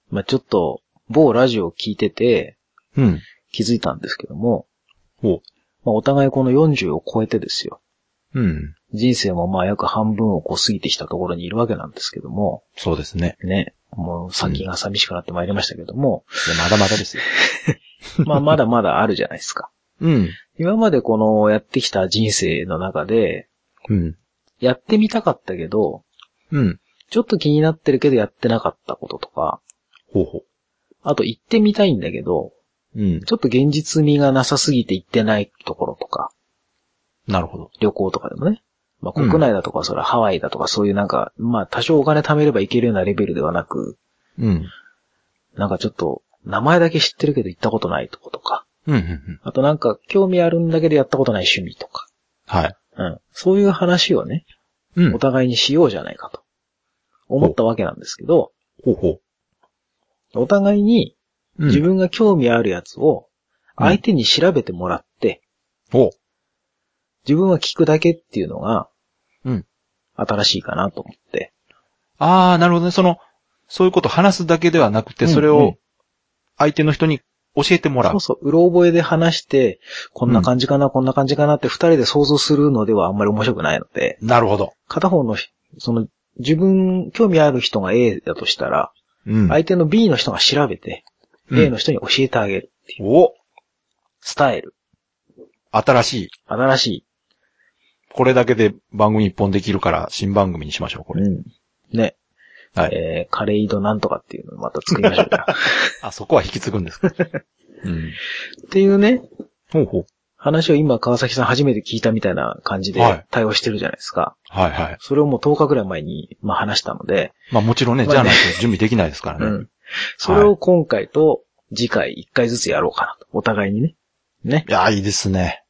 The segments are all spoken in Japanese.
まあちょっと、某ラジオを聞いてて、 うん。 気づいたんですけども、 お。 まあお互いこの40を超えてですよ。 うん。 人生もまあ約半分をこう過ぎてきたところにいるわけなんですけども、 そうですね。 ね、もう先が寂しくなってまいりましたけども、 いや、まだまだですよ。 まあまだまだあるじゃないですか。 うん。 今までこのやってきた人生の中で、 うん。 やってみたかったけど、 うん。 ちょっと気になってるけどやってなかったこととか、 ほうほあと行ってみたいんだけど、 う。うん。 ちょっと現実味がなさすぎて行ってないところとか、 なるほど。 旅行とかでもね。まあ国内だとかそれはハワイだとかそういうなんか、まあ多少お金貯めれば行けるようなレベルではなく、 うん。 なんかちょっと名前だけ知ってるけど行ったことないとことか、 うん。うん。 あとなんか興味あるんだけどやったことない趣味とか、 はい。 そういう話をね、 うん。 お互いにしようじゃないかと思ったわけなんですけど、 ほうほお互いにう。 自分が興味あるやつを相手に調べてもらって、 お。 自分は聞くだけっていうのが、 うん。 新しいかなと思って。 ああ、なるほどね。そういうこと話すだけではなくて、それを相手の人に教えてもらう。 そうそう、うろ覚えで話して、こんな感じかな、こんな感じかなって二人で想像するのではあんまり面白くないので、 なるほど。 片方の、自分、興味ある人が A だとしたら、 うん。 相手の B の人が調べて、A の人に教えてあげるっていう、 お。 スタイル。 新しい。 新しい。 これだけで番組一本できるから新番組にしましょう、これ。 ね。 はい。 カレイドなんとかっていうのをまた作りましょうか。 あ、そこは引き継ぐんですか。うん。 っていうね、 ほうほう。 話を今川崎さん初めて聞いたみたいな感じで対応してるじゃないですか。 はいはい。 それをもう10日くらい前に、話したので。 まあもちろんね、じゃないと準備できないですからね。 それを今回と次回1回ずつやろうかなと。お互いにね。ね。 いや、いいですね。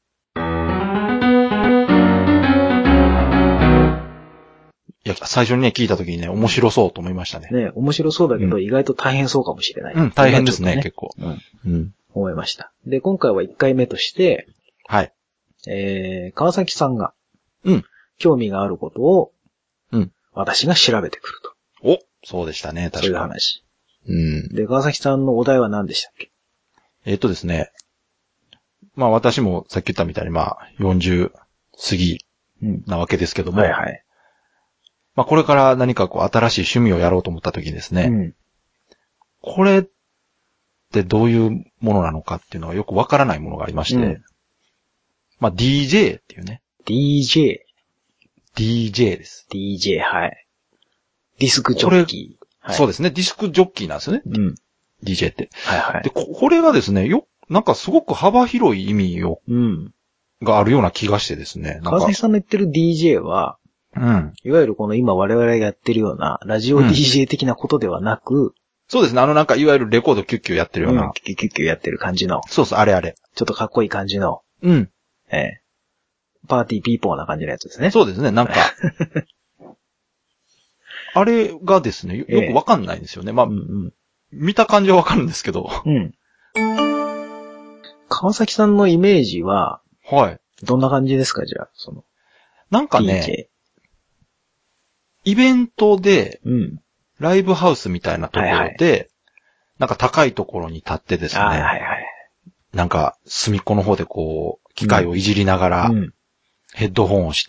いや、最初にね、聞いた時にね、面白そうと思いましたね。 ね、面白そうだけど、意外と大変そうかもしれない。 うん、大変ですね、結構。 思いました。で、今回は1回目として、 はい。 川崎さんが、興味があることを、私が調べてくると。 お、そうでしたね、確かに。 そういう話。 うん。 で、川崎さんのお題は何でしたっけ？ ですね。まあ私もさっき言ったみたいに40過ぎなわけですけども。 はいはい。 まあこれから何かこう新しい趣味をやろうと思った時にですね。これってどういうものなのかっていうのがよくわからないものがありまして。まあ DJ っていうね。 DJ です。 DJ、はい。ディスクジョッキー。 そうですね。ディスクジョッキーなんですよね。DJ って。 はいはい。 で、これがですね、なんかすごく幅広い意味があるような気がしてですね。 川崎さんの言ってる DJ は、いわゆるこの今我々がやってるようなラジオ DJ 的なことではなく、 そうですね。なんかいわゆるレコードキュッキュやってるような。 キュッキュッキュやってる感じの。 そうそう、あれ。 ちょっとかっこいい感じの。パーティーピーポーな感じのやつですね。 そうですね、なんか。あれがですね、よくわかんないんですよね。まあ、見た感じはわかるんですけど。 川崎さんのイメージは、どんな感じですか、じゃあ、 なんかね、イベントで、ライブハウスみたいなところで、なんか高いところに立ってですね、なんか隅っこの方でこう、機械をいじりながら、ヘッドホンをして、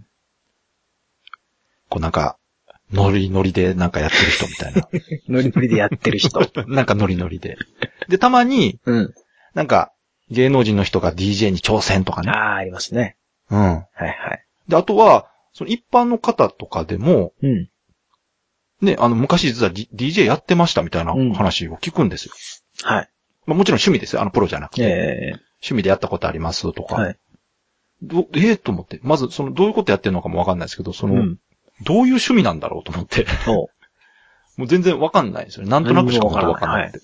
こうなんか、ノリノリでなんかやってる人みたいな。 ノリノリでやってる人。 なんかノリノリで。で、たまに、なんか、芸能人の人が DJ に挑戦とかね。 ありますね。 はいはい。で、あとは、その一般の方とかでも、ね、昔実は、DJ やってましたみたいな話を聞くんですよ。はい。まあもちろん趣味ですよ。プロじゃなくて。趣味でやったことありますとか。はい。と思って。まず、どういうことやってるのかもわかんないですけど、どういう趣味なんだろうと思って。もう全然わかんないですよね。なんとなくしかわかんない。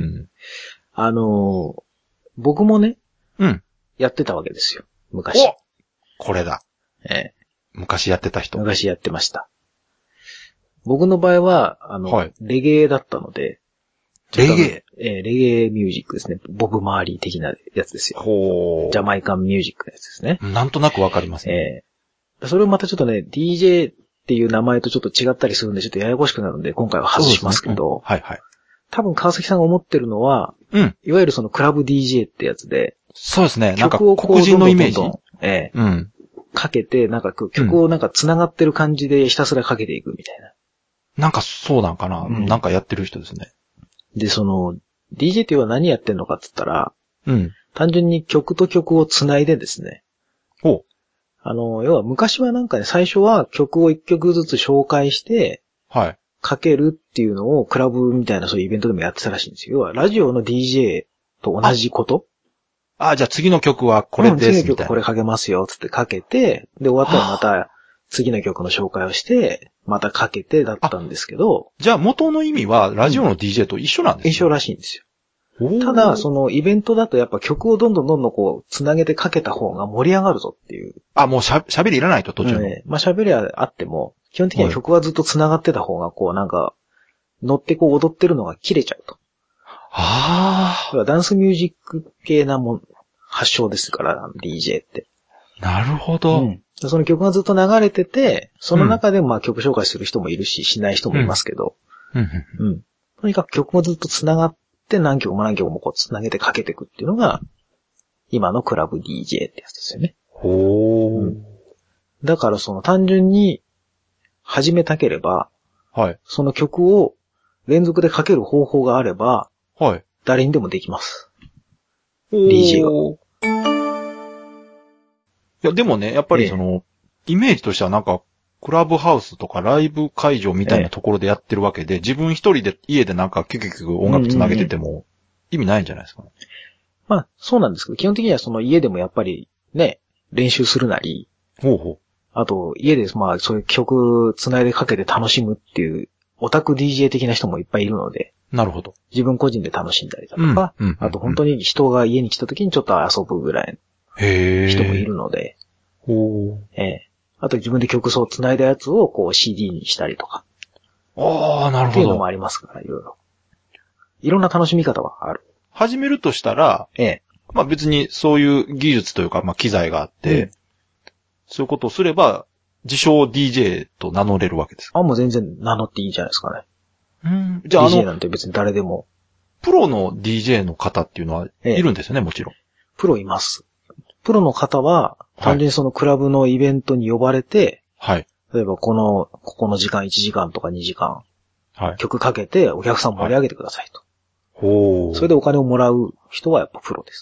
僕もね、やってたわけですよ。昔。 これだ。昔やってた人。 昔やってました。僕の場合は、レゲエだったので。 レゲエレゲエミュージックですね。ボブ・マーリー的なやつですよ。ジャマイカンミュージックのやつですね。 なんとなくわかりますね。 それをまたちょっとね、DJ っていう名前とちょっと違ったりするんで、ちょっとややこしくなるんで、今回は外しますけど。 はいはい。 多分川崎さんが思ってるのは、 うん。 いわゆるそのクラブ DJ ってやつで、 そうですね。なんか黒人のイメージ。 うん。かけて、なんか曲をなんか繋がってる感じでひたすらかけていくみたいな。 なんかそうなんかな、うん、なんかやってる人ですね。 で、その、DJ っていうのは何やってんのかって言ったら、 うん。 単純に曲と曲を繋いでですね。 ほう。 要は昔はなんかね、最初は曲を一曲ずつ紹介して、 はい。 かけるっていうのをクラブみたいなそういうイベントでもやってたらしいんですよ。要はラジオの DJ と同じこと。 じゃあ次の曲はこれですみたいな。 次の曲これかけますよ、つってかけて、で終わったらまた次の曲の紹介をして、またかけてだったんですけど。 じゃあ元の意味はラジオの DJ と一緒なんですね。 一緒らしいんですよ。ただ、そのイベントだとやっぱ曲をどんどんこう、繋げてかけた方が盛り上がるぞっていう。 もう喋りいらないと途中の。 まあ喋りはあっても、基本的には曲はずっと繋がってた方がこうなんか、乗ってこう踊ってるのが切れちゃうと。ダンスミュージック系な発祥ですから、DJ って。 なるほど。 その曲がずっと流れてて、その中でまあ曲紹介する人もいるし、しない人もいますけど。とにかく曲もずっと繋がって何曲も何曲もこう繋げてかけていくっていうのが、今のクラブ DJ ってやつですよね。だからその単純に始めたければ、 はい。 その曲を連続でかける方法があれば、 はい。 誰にでもできます。DJ は。 いや、でもね、やっぱりその、イメージとしてはなんか、クラブハウスとかライブ会場みたいなところでやってるわけで、自分一人で家でなんかキュキュキュ音楽つなげてても意味ないんじゃないですかね。 まあ、そうなんですけど、基本的にはその家でもやっぱりね、練習するなり、あと家でまあそういう曲つないでかけて楽しむっていう、オタク DJ 的な人もいっぱいいるので。 なるほど。 自分個人で楽しんだりだとか、あと本当に人が家に来た時にちょっと遊ぶぐらいの人もいるので、あと自分で曲をつないだやつをこう CD にしたりとか。 なるほど。 っていうのもありますから、いろいろ。いろんな楽しみ方はある。 始めるとしたら、まあ別にそういう技術というか、まあ機材があって、そういうことをすれば、自称 DJ と名乗れるわけですか？ もう全然名乗っていいんじゃないですかね。 じゃあ DJ なんて別に誰でも。 プロの DJ の方っていうのはいるんですよね、もちろん。 プロいます。プロの方は、単純にそのクラブのイベントに呼ばれて、例えばここの時間1時間とか2時間、曲かけてお客さん盛り上げてくださいと。それでお金をもらう人はやっぱプロです。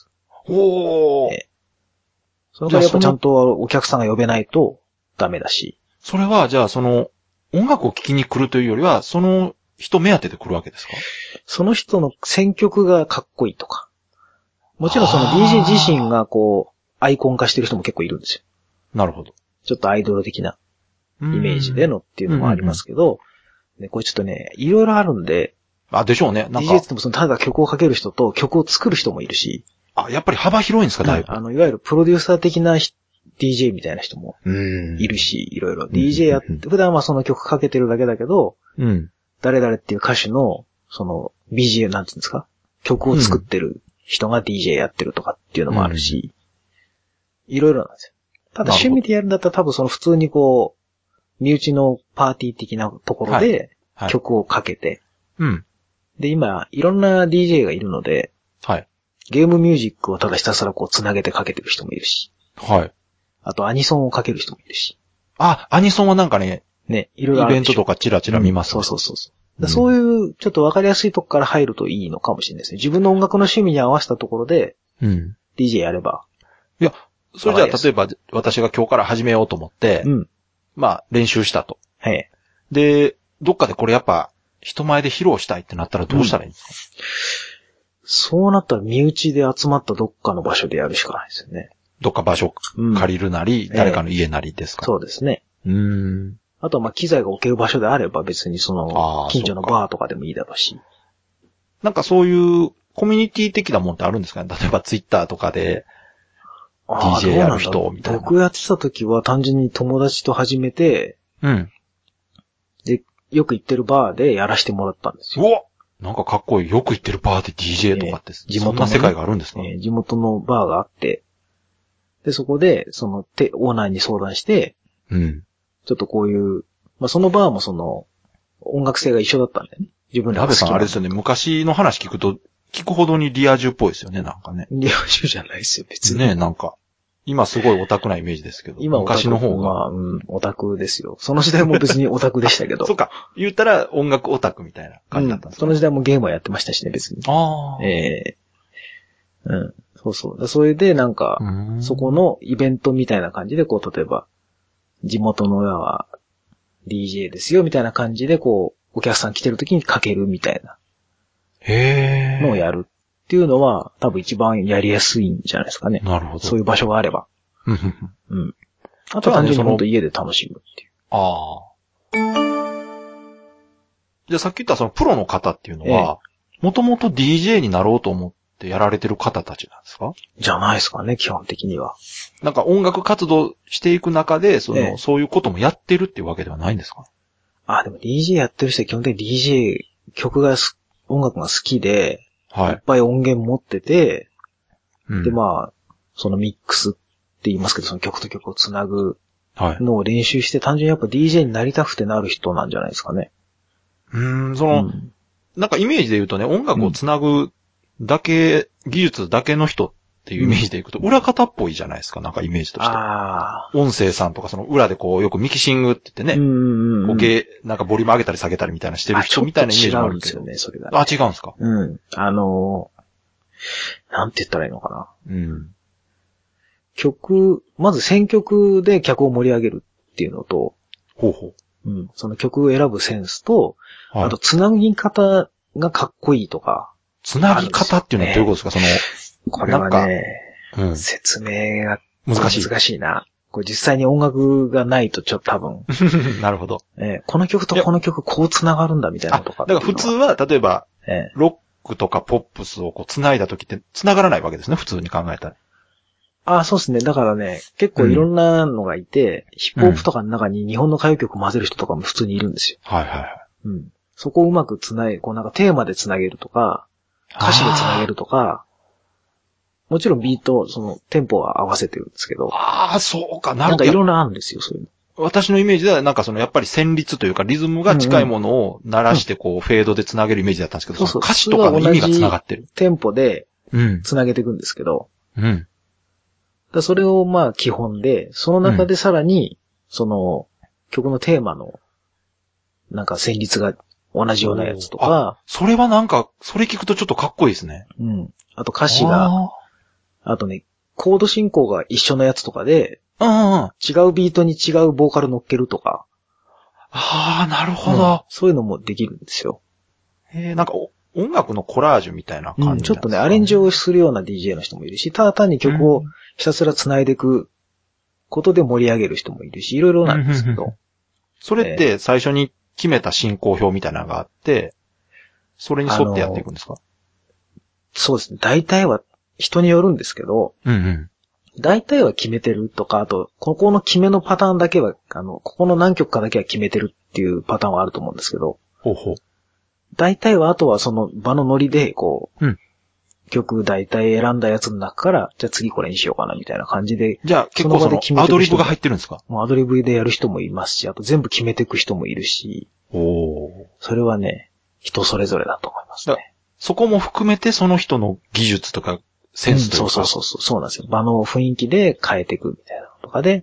その代わりやっぱちゃんとお客さんが呼べないとダメだし。 それはじゃあその音楽を聴きに来るというよりは、その人目当てで来るわけですか？ その人の選曲がかっこいいとか。もちろんその DJ 自身がこう、アイコン化してる人も結構いるんですよ。 なるほど。 ちょっとアイドル的なイメージでのっていうのもありますけど、これちょっとね、いろいろあるんで。 でしょうね。 なんか DJ ってもそのただ曲をかける人と曲を作る人もいるし。 やっぱり幅広いんですか、だいぶ。 いわゆるプロデューサー的なDJ みたいな人もいるし、いろいろ。DJ やって、普段はその曲かけてるだけだけど、誰々っていう歌手の、その BGM なんていうんですか、曲を作ってる人が DJ やってるとかっていうのもあるし、いろいろなんですよ。ただ趣味でやるんだったら多分その普通にこう、身内のパーティー的なところで曲をかけて、で今いろんな DJ がいるので、ゲームミュージックをただひたすらこう繋げてかけてる人もいるし、あとアニソンをかける人もいるし。 アニソンはなんかね、 いろいろある。 イベントとかチラチラ見ます、 そう。そういうちょっとわかりやすいとこから入るといいのかもしれないですね。自分の音楽の趣味に合わせたところで、DJ やれば。 いや、それじゃあ例えば私が今日から始めようと思って、まあ練習したと。で、どっかでこれやっぱ人前で披露したいってなったらどうしたらいいんですか？ そうなったら身内で集まったどっかの場所でやるしかないですよね。 どっか場所借りるなり、誰かの家なりですか？ そうですね。あとはまあ機材が置ける場所であれば別にその近所のバーとかでもいいだろうし。 なんかそういうコミュニティ的なもんってあるんですかね？例えばツイッターとかで DJ やる人みたいな。 僕やってた時は単純に友達と始めて、で、よく行ってるバーでやらせてもらったんですよ。 なんかかっこいい。よく行ってるバーで DJ とかって、地元の世界があるんですか？ 地元のバーがあって、で、そこで、オーナーに相談して、ちょっとこういう、まあ、そのバーも音楽性が一緒だったんだよね。 自分でラベさんあれですよね、昔の話聞くと、聞くほどにリア充っぽいですよね、なんかね。 リア充じゃないですよ、別に。 ね、なんか。今すごいオタクなイメージですけど。今昔の方が。 まあ、オタクですよ。その時代も別にオタクでしたけど。 そうか。言ったら音楽オタクみたいな感じだったんですか、 その時代もゲームはやってましたしね、別に。 ああ。 そうそう。それでなんか、そこのイベントみたいな感じで、こう、例えば、地元の親は DJ ですよ、みたいな感じで、こう、お客さん来てる時にかけるみたいな。のをやるっていうのは、多分一番やりやすいんじゃないですかね。 なるほど。 そういう場所があれば。うん。あとは単純に本当家で楽しむっていう。 ああ。じゃあさっき言ったそのプロの方っていうのは、もともと DJ になろうと思ってやられてる方たちなんですか？ じゃないですかね、基本的には。 なんか音楽活動していく中で、そういうこともやってるっていうわけではないんですか？ でも DJ やってる人は基本的に DJ 音楽が好きで、いっぱい音源持ってて、でまあ、そのミックスって言いますけど、その曲と曲をつなぐのを練習して、単純にやっぱ DJ になりたくてなる人なんじゃないですかね。 なんかイメージで言うとね、音楽をつなぐだけ、技術だけの人っていうイメージでいくと、裏方っぽいじゃないですか、なんかイメージとして。音声さんとかその裏でこう、よくミキシングって言ってね、なんかボリューム上げたり下げたりみたいなしてる人みたいなイメージもあるけど。 違うんですよね、それが、 ね。違うんですか？ なんて言ったらいいのかな。まず選曲で客を盛り上げるっていうのと、その曲を選ぶセンスと、あと、つなぎ方がかっこいいとか。 つなぎ方っていうのはどういうことですか？ これはね、説明が難しいな。これ実際に音楽がないとちょっと多分。 なるほど。 この曲とこの曲こうつながるんだみたいなとか。 だから普通は、例えば、ロックとかポップスをこうつないだ時ってつながらないわけですね、普通に考えたら。 そうですね。だからね、結構いろんなのがいて、ヒップホップとかの中に日本の歌謡曲混ぜる人とかも普通にいるんですよ。そこをうまくこうなんかテーマでつなげるとか、歌詞でつなげるとか、もちろんビート、そのテンポは合わせてるんですけど。 そうか、 なんかいろんなあるんですよ、そういうの。 私のイメージでは、なんかやっぱり旋律というかリズムが近いものを鳴らしてこう、フェードでつなげるイメージだったんですけど、その歌詞とかの意味がつながってる。 テンポで、つなげていくんですけど、それをまあ基本で、その中でさらに、その曲のテーマの、なんか旋律が同じようなやつとか。 それはなんか、それ聞くとちょっとかっこいいですね。 あと歌詞が、あとね、コード進行が一緒のやつとかで、違うビートに違うボーカル乗っけるとか。 なるほど、 そういうのもできるんですよ。 なんか音楽のコラージュみたいな感じ、 ちょっとね、アレンジをするような DJ の人もいるし、ただ単に曲をひたすら繋いでいくことで盛り上げる人もいるし、いろいろなんですけど。 それって最初に決めた進行表みたいなのがあって、それに沿ってやっていくんですか？ そうですね。大体は人によるんですけど、大体は決めてるとか、あと、ここの決めのパターンだけは、ここの何曲かだけは決めてるっていうパターンはあると思うんですけど、大体はあとはその場のノリで、こう、曲大体選んだやつの中から、じゃあ次これにしようかなみたいな感じで。 じゃあ結構そのアドリブが入ってるんですか？ もうアドリブでやる人もいますし、あと全部決めていく人もいるし、それはね、人それぞれだと思いますね。 そこも含めてその人の技術とかセンスというか、 そうなんですよ。場の雰囲気で変えていくみたいなのとかで、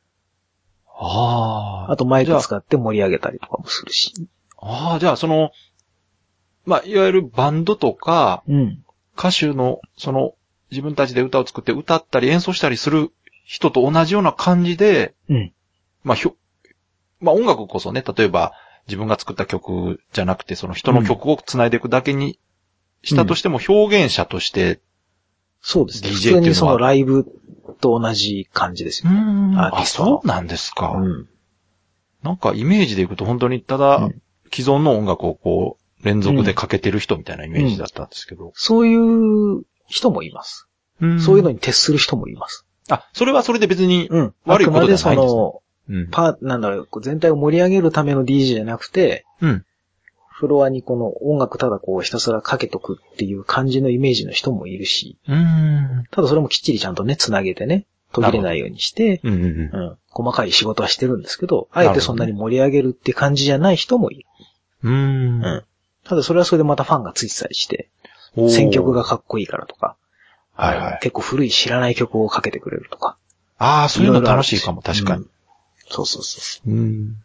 あとマイク使って盛り上げたりとかもするし。 じゃあまあ、いわゆるバンドとか、歌手の、自分たちで歌を作って歌ったり演奏したりする人と同じような感じで、まあ音楽こそね、例えば自分が作った曲じゃなくて、その人の曲を繋いでいくだけにしたとしても、表現者として、 そうですね。普通にそのライブと同じ感じですよね。 そうなんですか。なんかイメージでいくと本当にただ、既存の音楽をこう、連続でかけてる人みたいなイメージだったんですけど。 そういう人もいます。そういうのに徹する人もいます。 それはそれで別に悪いことじゃないんですね。全体を盛り上げるための DJ じゃなくて、フロアにこの音楽ただこうひたすらかけとくっていう感じのイメージの人もいるし、ただそれもきっちりちゃんとね、つなげてね、途切れないようにして、細かい仕事はしてるんですけど、あえてそんなに盛り上げるって感じじゃない人もいる。 ただそれはそれでまたファンがついてたりして、選曲がかっこいいからとか、 はいはい、 結構古い知らない曲をかけてくれるとか。 ああ、そういうの楽しいかも、確かに。 そうそうそう。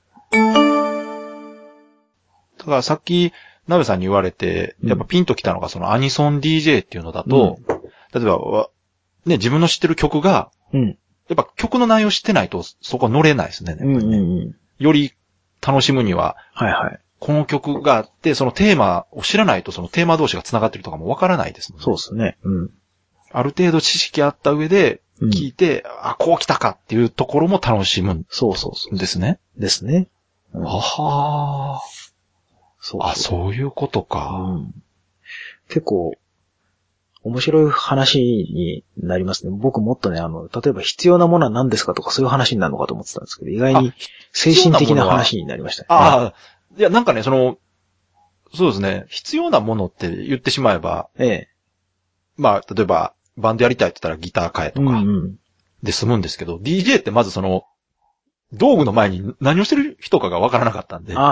だからさっき、ナベさんに言われて、やっぱピンときたのがそのアニソン DJ っていうのだと、例えば、ね、自分の知ってる曲が、やっぱ曲の内容知ってないとそこは乗れないですね。より楽しむには、この曲があって、そのテーマを知らないとそのテーマ同士が繋がってるとかもわからないですもんね。 そうですね。 ある程度知識あった上で聞いて、あ、こう来たかっていうところも楽しむんですね。 ですね。 はあ。そういうことか。 結構、面白い話になりますね。僕もっとね、例えば必要なものは何ですかとかそういう話になるのかと思ってたんですけど、意外に精神的な話になりましたね。 ああ、いや、なんかね、そうですね、必要なものって言ってしまえば、まあ、例えば、バンドやりたいって言ったらギター買えとか、で済むんですけど、DJ ってまず道具の前に何をしてる人かがわからなかったんで。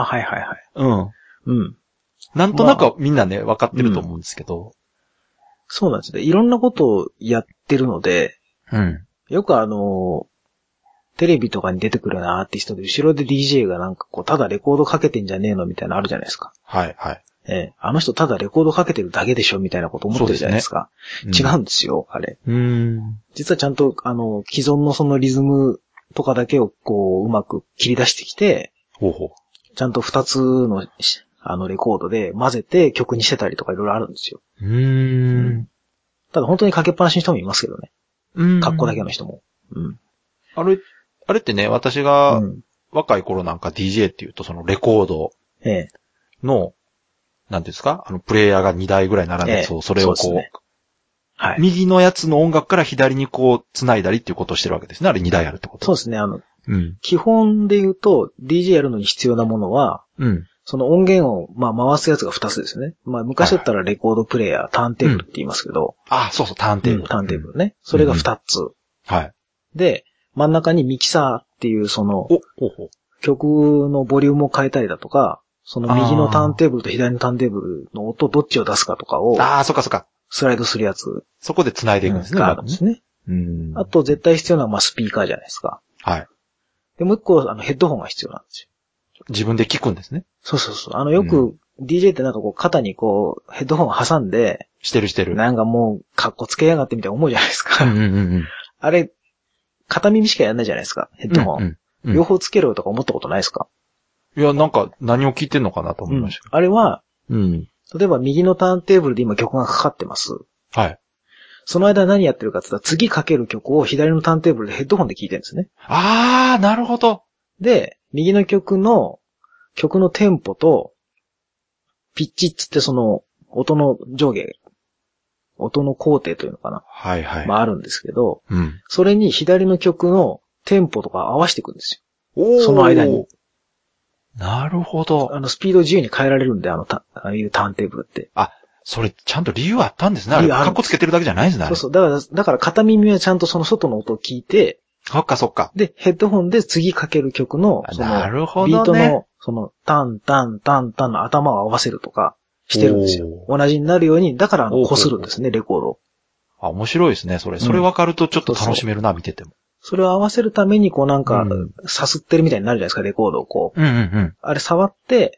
なんとなくみんなね、わかってると思うんですけど。 そうなんですね。いろんなことをやってるので、よくテレビとかに出てくるようなアーティストで、後ろで DJ がなんかこう、ただレコードかけてんじゃねえのみたいなのあるじゃないですか。あの人ただレコードかけてるだけでしょみたいなこと思ってるじゃないですか。違うんですよ、あれ。実はちゃんと、既存のそのリズムとかだけをこう、うまく切り出してきて、ちゃんと2つの、レコードで混ぜて曲にしてたりとかいろいろあるんですよ。ただ本当にかけっぱなしの人もいますけどね。格好だけの人も。 あれってね、私が若い頃なんか DJ っていうとそのレコードの、なんですかプレイヤーが2台ぐらい並んで、それをこう、右のやつの音楽から左にこう繋いだりっていうことをしてるわけですね。あれ2台あるってこと。 そうですね。基本で言うと DJ やるのに必要なものは、その音源を回すやつが2つですよね。昔だったらレコードプレイヤー、ターンテーブルって言いますけど。 そうそう、ターンテーブル。 ターンテーブルね。それが2つ。で、真ん中にミキサーっていうその、曲のボリュームを変えたりだとか、その右のターンテーブルと左のターンテーブルの音どっちを出すかとかを、 そっかそっか。 スライドするやつ。 そこで繋いでいくんですね。 あるんですね。あと絶対必要なのはスピーカーじゃないですか。で、もう一個ヘッドホンが必要なんですよ。 自分で聞くんですね。 そう。よく DJ ってなんかこう肩にこうヘッドホン挟んで、 してる。 なんかもうカッコつけやがってみたいな思うじゃないですか。あれ、片耳しかやんないじゃないですか、ヘッドホン。両方つけろよとか思ったことないですか？ いや、なんか何を聞いてんのかなと思いました。 あれは、例えば右のターンテーブルで今曲がかかってます。その間何やってるかって言ったら次かける曲を左のターンテーブルでヘッドホンで聴いてるんですね。 なるほど。 で、右の曲のテンポと、ピッチっつってその音の上下、音の工程というのかな。あるんですけど、それに左の曲のテンポとか合わせていくんですよ。その間に。 なるほど。 スピードを自由に変えられるんで、ああいうターンテーブルって。 それちゃんと理由あったんですね。あれ、カッコつけてるだけじゃないんですね。 そう。だから片耳はちゃんとその外の音を聞いて、 そっか。 で、ヘッドホンで次かける曲の、 なるほどね。 ビートの、その、タンタンタンタンの頭を合わせるとかしてるんですよ。同じになるように、だから擦るんですね、レコードを。 面白いですね、それ。それ分かるとちょっと楽しめるな、見てても。 それを合わせるために、こうなんか、さすってるみたいになるじゃないですか、レコードをこう。あれ触って、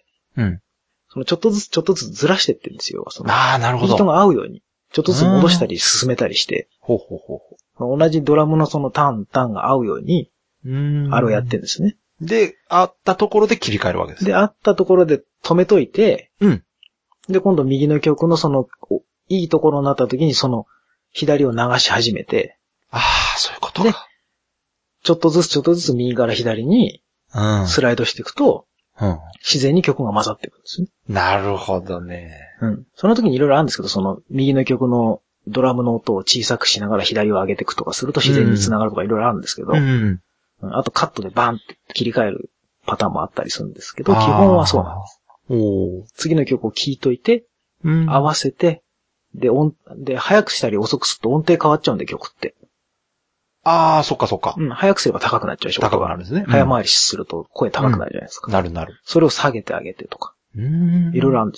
そのちょっとずつずらしてってるんですよ。 なるほど。 ビートが合うように。ちょっとずつ戻したり進めたりして。同じドラムのそのタンが合うように、あれをやってるんですね。 で、合ったところで切り替えるわけです。 で、合ったところで止めといて、で、今度右の曲のその、いいところになった時にその、左を流し始めて。 そういうことか。で、 ちょっとずつ右から左に、スライドしていくと、自然に曲が混ざっていくんですね。 なるほどね。 その時にいろいろあるんですけど、その、右の曲のドラムの音を小さくしながら左を上げていくとかすると自然に繋がるとかいろいろあるんですけど、あとカットでバンって切り替えるパターンもあったりするんですけど、基本はそうなんです。次の曲を聴いといて、合わせて、で、早くしたり遅くすると音程変わっちゃうんで、曲って。 そっか。 早くすれば高くなっちゃうでしょ。 高くなるんですね。 早回りすると声高くなるじゃないですか。 なる。 それを下げてあげてとか。いろいろあるんですよ。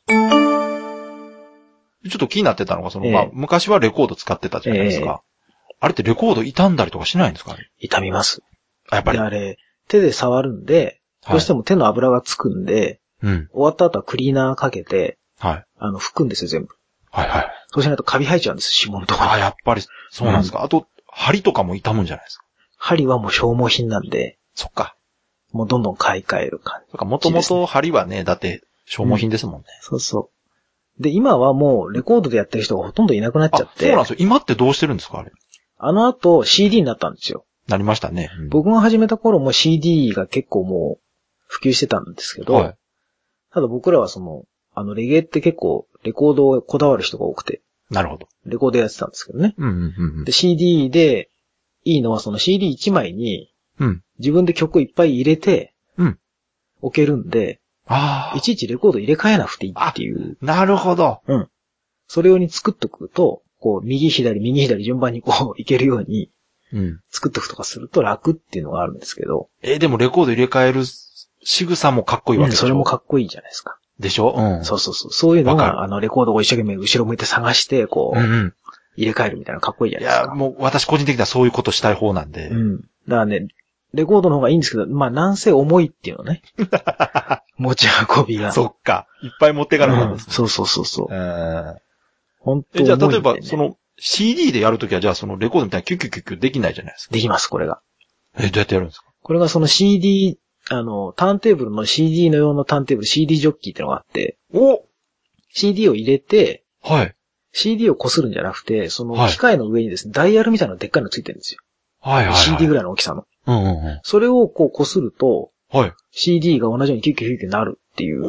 ちょっと気になってたのが、まあ、昔はレコード使ってたじゃないですか。あれってレコード傷んだりとかしないんですかね？ 傷みます。 やっぱり。 で、あれ、手で触るんで、どうしても手の油がつくんで、終わった後はクリーナーかけて、拭くんですよ、全部。 はいはい。 そうしないとカビ生えちゃうんです、指紋とかに。 あ、やっぱり、そうなんですか。あと、針とかも傷むんじゃないですか。 針はもう消耗品なんで。 そっか。 もうどんどん買い替える感じ。 そっか、もともと針はね、だって消耗品ですもんね。 そうそう。で、今はもうレコードでやってる人がほとんどいなくなっちゃって。 そうなんですよ。今ってどうしてるんですか、あれ。 あの後 CD になったんですよ。 なりましたね。 僕が始めた頃も CD が結構もう普及してたんですけど、ただ僕らはレゲエって結構レコードをこだわる人が多くて。 なるほど。 レコードやってたんですけどね。で、CD でいいのはその CD1 枚に、自分で曲をいっぱい入れて、置けるんで、いちいちレコード入れ替えなくていいっていう。 なるほど。 それ用に作っとくと、こう、右左順番にこう、いけるように、作っとくとかすると楽っていうのがあるんですけど。 でもレコード入れ替える仕草もかっこいいわけでしょ。 それもかっこいいじゃないですか。 でしょ？ そうそうそう。そういうのが、レコードを一生懸命後ろ向いて探して、こう、入れ替えるみたいなのかっこいいじゃないですか。 いや、もう私個人的にはそういうことしたい方なんで。 だからね、レコードの方がいいんですけど、まあ、なんせ重いっていうのね。持ち運びが。 そっか。いっぱい持っていかなかったですね。 そうそうそうそう。本当に、ね。 じゃあ、例えば、CD でやるときは、じゃあレコードみたいにキュッキュッキュッキュできないじゃないですか。 できます、これが。 どうやってやるんですか？ これがCD、ターンテーブルの CD の用のターンテーブル CD ジョッキーってのがあって、CD を入れて、CD を擦るんじゃなくて、その機械の上にですね、ダイヤルみたいなのでっかいのついてるんですよ。CD ぐらいの大きさの。それをこう擦ると、CD が同じようにキュッキュッキュッなるっていう。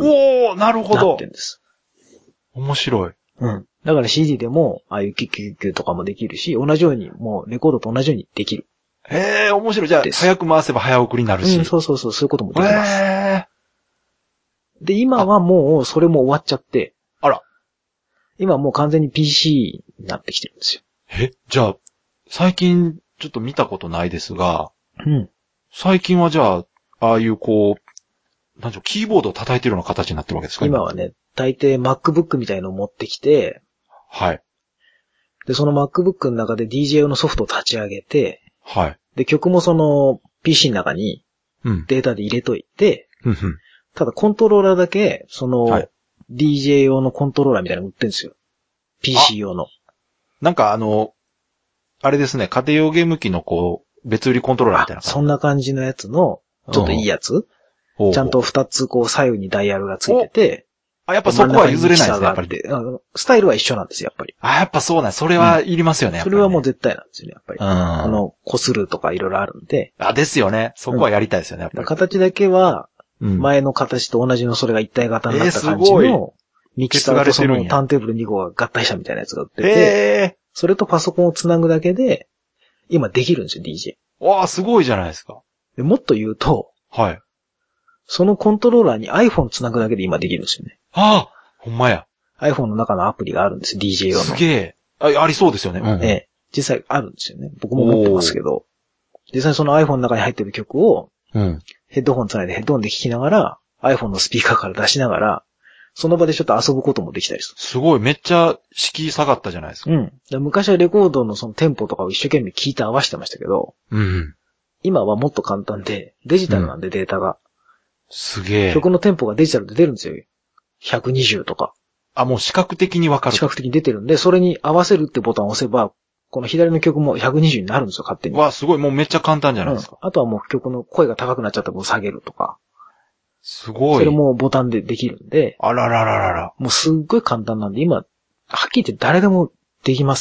なるほど。 なってんです。 面白い。 だから CD でも、ああいうキュッキュッキュッとかもできるし、同じように、もうレコードと同じようにできる。 面白い。じゃあ、早く回せば早送りになるし。 そういうこともできます。で、今はもう、それも終わっちゃって。今はもう完全に PC になってきてるんですよ。 じゃあ、最近、ちょっと見たことないですが、最近はじゃあ、ああいうこう、なんでしょう、キーボードを叩いてるような形になってるわけですか？ 今はね、大抵 MacBook みたいのを持ってきて、で、その MacBook の中で DJ 用のソフトを立ち上げて、で、曲もその PC の中にデータで入れといて、ただコントローラーだけ、DJ 用のコントローラーみたいなの売ってるんですよ。PC 用の。 なんかあれですね、家庭用ゲーム機のこう、別売りコントローラーみたいな感じ。 そんな感じのやつの、ちょっといいやつ、ちゃんと2つこう左右にダイヤルがついてて、 やっぱそこは譲れないですね、やっぱり。 スタイルは一緒なんですよ、やっぱり。 やっぱそうなんそれはいりますよね、 それはもう絶対なんですよね、やっぱり。こするとかいろいろあるんで。 ですよね。そこはやりたいですよね、やっぱり。 形だけは、前の形と同じのそれが一体型になった感じの、ミキサーとそのターンテーブル2個が合体したみたいなやつが売ってて、それとパソコンをつなぐだけで、今できるんですよ、DJ。 すごいじゃないですか。 でもっと言うと、そのコントローラーに iPhone つなぐだけで今できるんですよね。 ほんまや。 iPhone の中のアプリがあるんです、DJ 用の。 すげえ。ありそうですよね。 実際あるんですよね。僕も持ってますけど。実際その iPhone の中に入ってる曲を、ヘッドホンつないでヘッドホンで聴きながら、iPhone のスピーカーから出しながら、その場でちょっと遊ぶこともできたりする。 すごい、めっちゃ敷居下がったじゃないですか。 昔はレコードのそのテンポとかを一生懸命聞いて合わせてましたけど、今はもっと簡単で、デジタルなんでデータが。 すげえ。 曲のテンポがデジタルで出るんですよ。120とか。 もう視覚的にわかる。 視覚的に出てるんで、それに合わせるってボタンを押せば、この左の曲も120になるんですよ、勝手に。 すごい、もうめっちゃ簡単じゃないですか。 あとはもう曲の声が高くなっちゃった分下げるとか。 すごい。 それもボタンでできるんで。 あららららら。 もうすっごい簡単なんで、今、はっきり言って誰でもできます。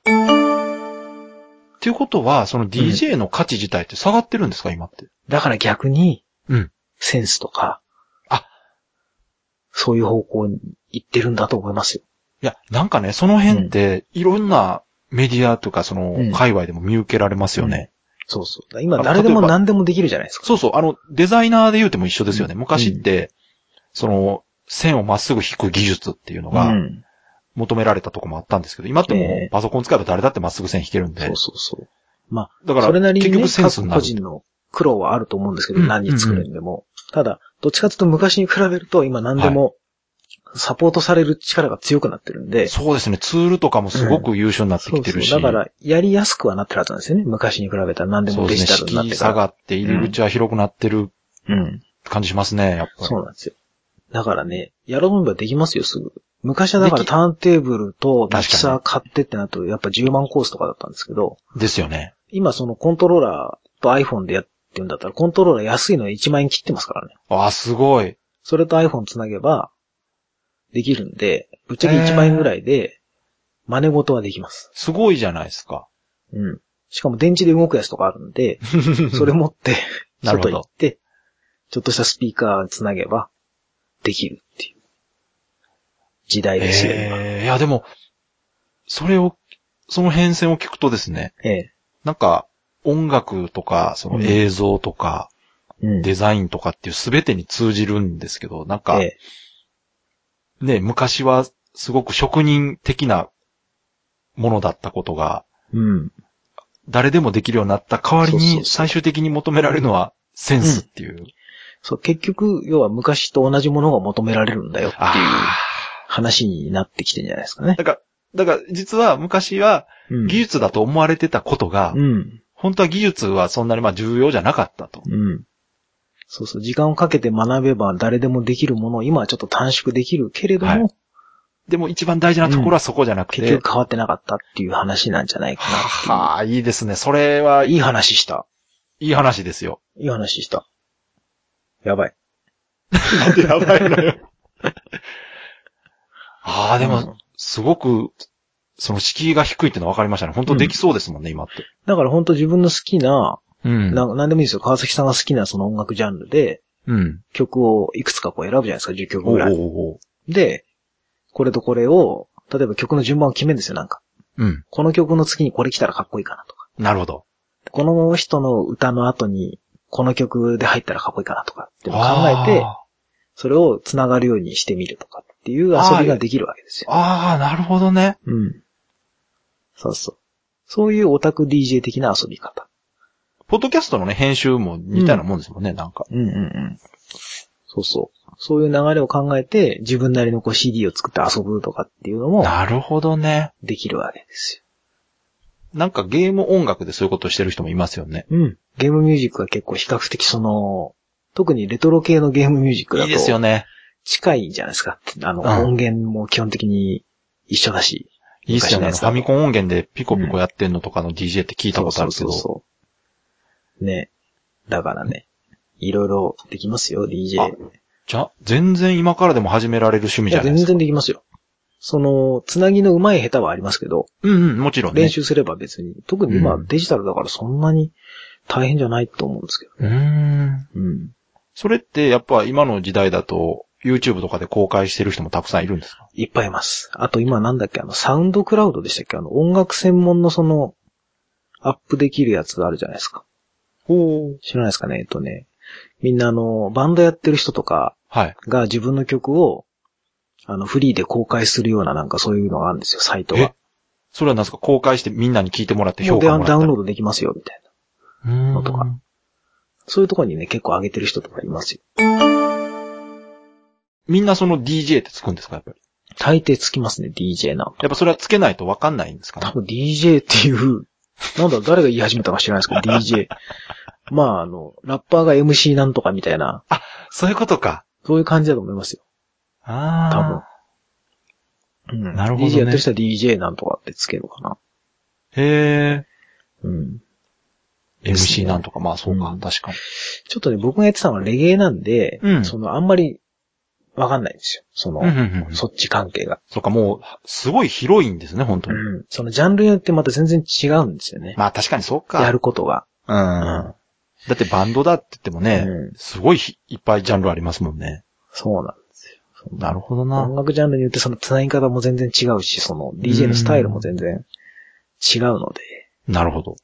っていうことは、その DJ の価値自体って下がってるんですか、今って。 だから逆に、センスとか、そういう方向に行ってるんだと思いますよ。 いや、なんかね、その辺って、いろんなメディアとか、その、界隈でも見受けられますよね。 そうそう。今誰でも何でもできるじゃないですか。 そうそう。デザイナーで言うても一緒ですよね。昔って、その、線をまっすぐ引く技術っていうのが、求められたとこもあったんですけど、今ってもうパソコン使えば誰だってまっすぐ線引けるんで。 そう。まあ、だから、それなりにね、各個人の苦労はあると思うんですけど、何作るにでも。ただ、どっちかというと昔に比べると今何でもサポートされる力が強くなってるんで。 そうですね。ツールとかもすごく優秀になってきてるし。 そうだから、やりやすくはなってるはずなんですよね。昔に比べたら何でもデジタルになってから。 敷居下がって入り口は広くなってる感じしますね、やっぱり。 そうなんですよ。だからね、やろうと思えばできますよ、すぐ。昔はだからターンテーブルとミキサー買ってってなると、やっぱ10万コースとかだったんですけど。 ですよね。 今そのコントローラーと iPhone でやってるんだったら、コントローラー安いの1万円切ってますからね。 ああ、すごい。 それと iPhone つなげば、できるんで、ぶっちゃけ1万円ぐらいで、真似事はできます。 すごいじゃないですか。 うん。しかも電池で動くやつとかあるんで、それ持って、外行って、ちょっとしたスピーカーつなげば、できるっていう。時代ですよ、今。 いやでも、その変遷を聞くとですね。なんか、音楽とか、その映像とか、デザインとかっていう全てに通じるんですけど、なんか、ね、昔はすごく職人的なものだったことが、誰でもできるようになった代わりに最終的に求められるのはセンスっていう。 そう、結局、要は昔と同じものが求められるんだよっていう話になってきてるんじゃないですかね。 だから実は昔は技術だと思われてたことが、本当は技術はそんなに重要じゃなかったと。 そうそう、時間をかけて学べば誰でもできるものを今はちょっと短縮できるけれども、 でも一番大事なところはそこじゃなくて、 結局変わってなかったっていう話なんじゃないかなっていう。 はあ、いいですね。それはいい話した。 いい話ですよ。 いい話した。やばい。 なんでやばいのよ。ああ、でも、すごく、その敷居が低いってのは分かりましたね。本当できそうですもんね、今って。 だから本当自分の好きな、なんでもいいですよ。川崎さんが好きなその音楽ジャンルで、曲をいくつかこう選ぶじゃないですか、10曲ぐらい。で、これとこれを、例えば曲の順番を決めるんですよ、なんか。この曲の次にこれ来たらかっこいいかなとか。 なるほど。 この人の歌の後に、この曲で入ったらかっこいいかなとかっていうのを考えて、それを繋がるようにしてみるとかっていう遊びができるわけですよ。 ああ、なるほどね。 そうそう。そういうオタク DJ 的な遊び方。 ポッドキャストのね、編集も似たようなもんですもんね、なんか。 そうそう。そういう流れを考えて、自分なりのこう CD を作って遊ぶとかっていうのも。 なるほどね。 できるわけですよ。 なんかゲーム音楽でそういうことをしてる人もいますよね。 ゲームミュージックは結構比較的特にレトロ系のゲームミュージックだと。 いいですよね。 近いじゃないですか。音源も基本的に一緒だし。 いいですよね。ファミコン音源でピコピコやってんのとかの DJ って聞いたことあるけど。 そうね。だからね。いろいろできますよ、DJ。 じゃ、全然今からでも始められる趣味じゃないですか。 全然できますよ。つなぎの上手い下手はありますけど。 もちろんね。 練習すれば別に。特に今デジタルだからそんなに大変じゃないと思うんですけど。 それってやっぱ今の時代だと YouTube とかで公開してる人もたくさんいるんですか？ いっぱいいます。あと今なんだっけ、サウンドクラウドでしたっけ？音楽専門のアップできるやつがあるじゃないですか。知らないですかね？みんなバンドやってる人とかが自分の曲をフリーで公開するようななんかそういうのがあるんですよ、サイトが。 それは何ですか？公開してみんなに聞いてもらって評価もらったり。 ダウンロードできますよ、みたいなのとか。そういうところにね、結構上げてる人とかいますよ。 みんなその DJ ってつくんですか、やっぱり。 大抵つきますね、DJ なんか。 やっぱそれはつけないとわかんないんですかね。 多分 DJ っていう、誰が言い始めたか知らないですけど、DJ。まあラッパーが MC なんとかみたいな。 あ、そういうことか。 そういう感じだと思いますよ。多分。なるほどね。DJ やってる人は DJ なんとかってつけるかな。 へー。MC なんとか、まあそうか、確かに。 ちょっとね、僕がやってたのはレゲエなんで、あんまりわかんないんですよ。そっち関係が。 そうか、もう、すごい広いんですね、本当に。 そのジャンルによってまた全然違うんですよね。 まあ確かにそうか。 やることが。 だってバンドだって言ってもね、すごいいっぱいジャンルありますもんね。 そうなんですよ。 なるほどな。 音楽ジャンルによってその繋ぎ方も全然違うし、DJ のスタイルも全然違うので。 なるほど。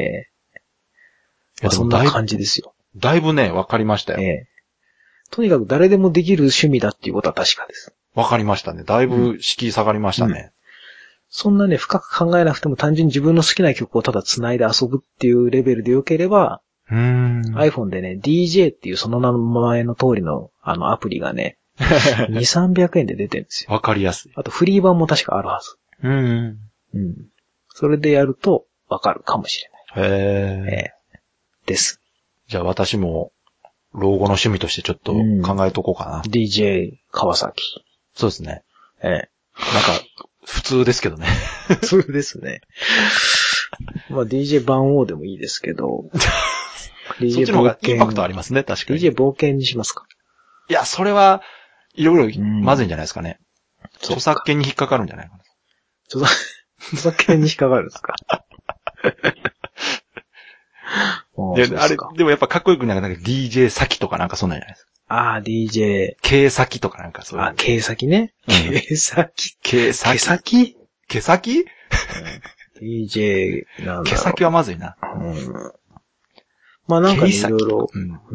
そんな感じですよ。 だいぶね、わかりましたよ。 とにかく誰でもできる趣味だっていうことは確かです。 わかりましたね。だいぶ敷居下がりましたね。 そんなね、深く考えなくても単純に自分の好きな曲をただ繋いで遊ぶっていうレベルで良ければ、iPhone でね、DJ っていうその名前の通りのアプリがね、 2、300円で出てるんですよ。 わかりやすい。 あとフリー版も確かあるはず。うん。それでやるとわかるかもしれない。へー。です。 じゃあ私も、老後の趣味としてちょっと考えとこうかな。 DJ 川崎。 そうですね。なんか、普通ですけどね。 普通ですね。まあ DJ 番王でもいいですけど。 DJ そっちの方がインパクトありますね、確かに。 DJ 冒険にしますか？ いや、それは、いろいろまずいんじゃないですかね。著作権に引っかかるんじゃないかな。 著作権に引っかかるんですか？ で、あれ、でもやっぱかっこよくなんか DJ 先とかなんかそんなんじゃないですか。 ああ、DJ。 K 先とかなんかそういう。 あ、K 先ね。K 先。 K 先。 K 先？ K 先 ？DJ なんだろう。 K 先はまずいな。 まあなんかいろいろ、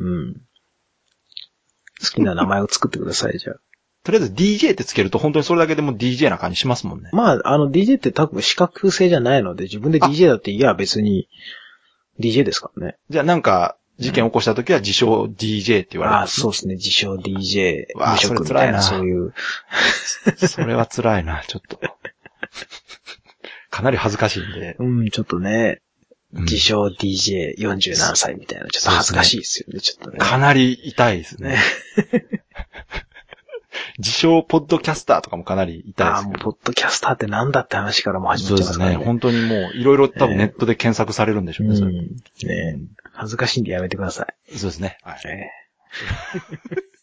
好きな名前を作ってください、じゃあ。 とりあえず DJ ってつけると本当にそれだけでも DJ な感じしますもんね。 まあ、DJ って多分資格制じゃないので、自分で DJ だっていや別に DJ ですからね。 じゃあなんか、事件起こした時は自称 DJ って言われる、ね。 あ、そうですね。自称 DJ。 無職みたいな。 そういう。 それは辛いな、ちょっと。かなり恥ずかしいんで。 ちょっとね。自称 DJ40 何歳みたいな、ちょっと恥ずかしいですよね、ちょっとね。 かなり痛いですね。自称ポッドキャスターとかもかなり痛いです。 もうポッドキャスターってなんだって話からも始まっちゃいますからね。 そうですね。本当にもういろいろ多分ネットで検索されるんでしょうね。 恥ずかしいんでやめてください。 そうですね。はい。